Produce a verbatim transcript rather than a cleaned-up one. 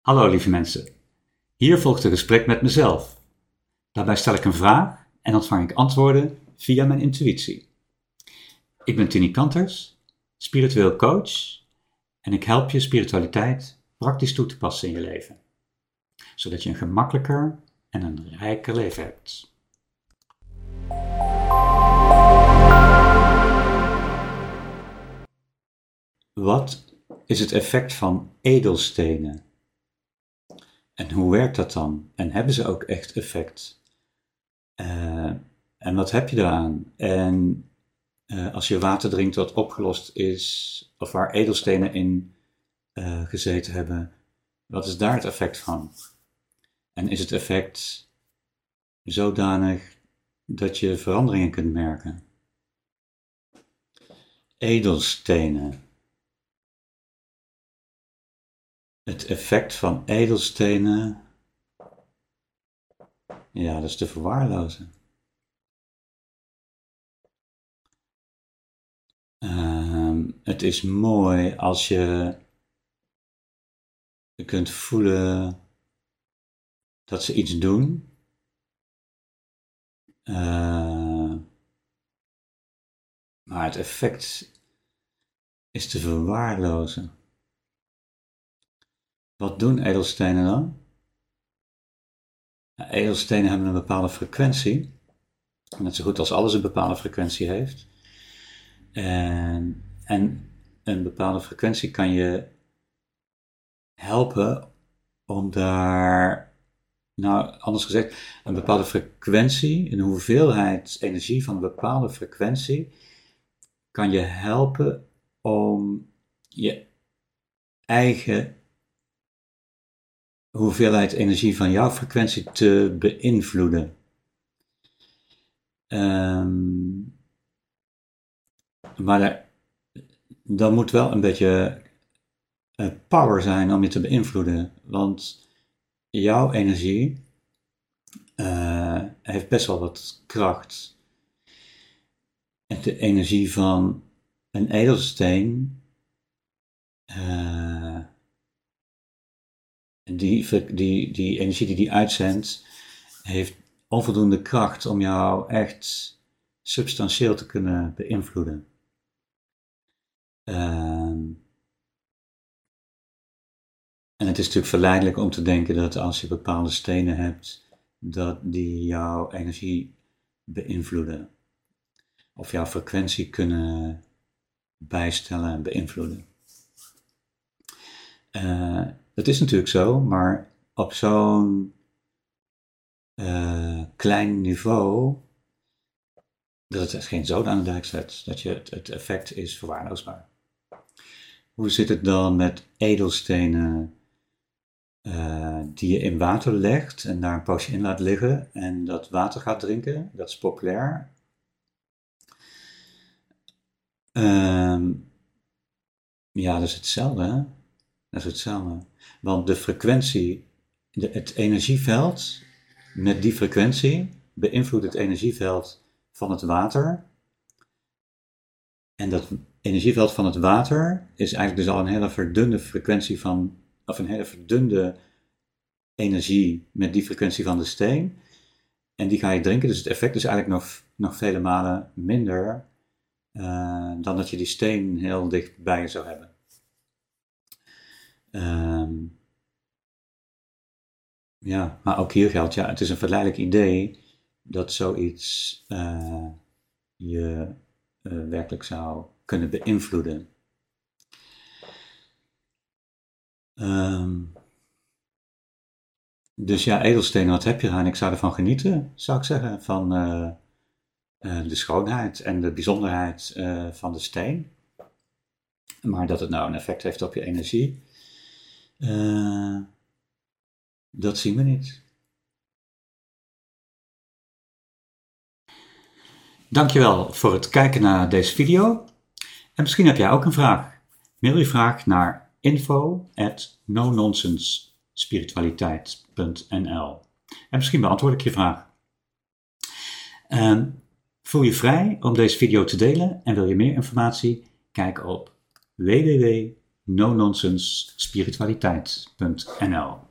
Hallo lieve mensen, hier volgt een gesprek met mezelf. Daarbij stel ik een vraag en ontvang ik antwoorden via mijn intuïtie. Ik ben Tini Kanters, spiritueel coach en ik help je spiritualiteit praktisch toe te passen in je leven. Zodat je een gemakkelijker en een rijker leven hebt. Wat is het effect van edelstenen? En hoe werkt dat dan? En hebben ze ook echt effect? Uh, en wat heb je eraan? En uh, als je water drinkt dat opgelost is, of waar edelstenen in uh, gezeten hebben, wat is daar het effect van? En is het effect zodanig dat je veranderingen kunt merken? Edelstenen. Het effect van edelstenen, ja, dat is te verwaarlozen. Uh, het is mooi als je, je kunt voelen dat ze iets doen. Uh, maar het effect is te verwaarlozen. Wat doen edelstenen dan? Nou, edelstenen hebben een bepaalde frequentie. Net zo goed als alles een bepaalde frequentie heeft. En, en een bepaalde frequentie kan je helpen om daar, nou anders gezegd, een bepaalde frequentie, een hoeveelheid energie van een bepaalde frequentie, kan je helpen om je eigen hoeveelheid energie van jouw frequentie te beïnvloeden. Um, maar er, dan moet wel een beetje uh, power zijn om je te beïnvloeden, want jouw energie uh, heeft best wel wat kracht. En de energie van een edelsteen, uh, die, die, die energie die die uitzendt, heeft onvoldoende kracht om jou echt substantieel te kunnen beïnvloeden. Uh, en het is natuurlijk verleidelijk om te denken dat als je bepaalde stenen hebt, dat die jouw energie beïnvloeden. Of jouw frequentie kunnen bijstellen en beïnvloeden. Uh, dat is natuurlijk zo, maar op zo'n uh, klein niveau dat het geen zoden aan de dijk zet, dat je het, het effect is verwaarloosbaar. Hoe zit het dan met edelstenen uh, die je in water legt en daar een poosje in laat liggen en dat water gaat drinken? Dat is populair. Uh, ja, dat is hetzelfde, hè? Dat is hetzelfde. Want de frequentie, de, het energieveld met die frequentie beïnvloedt het energieveld van het water. En dat energieveld van het water is eigenlijk dus al een hele verdunde frequentie van, of een hele verdunde energie met die frequentie van de steen. En die ga je drinken, dus het effect is eigenlijk nog, nog vele malen minder uh, dan dat je die steen heel dicht bij je zou hebben. Um, ja, maar ook hier geldt, ja, het is een verleidelijk idee dat zoiets uh, je uh, werkelijk zou kunnen beïnvloeden. Um, dus ja, edelstenen, wat heb je eraan? Ik zou ervan genieten, zou ik zeggen, van uh, uh, de schoonheid en de bijzonderheid uh, van de steen. Maar dat het nou een effect heeft op je energie, Uh, dat zien we niet. Dankjewel voor het kijken naar deze video. En misschien heb jij ook een vraag. Mail je vraag naar info at no nonsense spiritualiteit punt n l en misschien beantwoord ik je vraag. Um, voel je vrij om deze video te delen en wil je meer informatie? Kijk op w w w no nonsense spiritualiteit punt n l.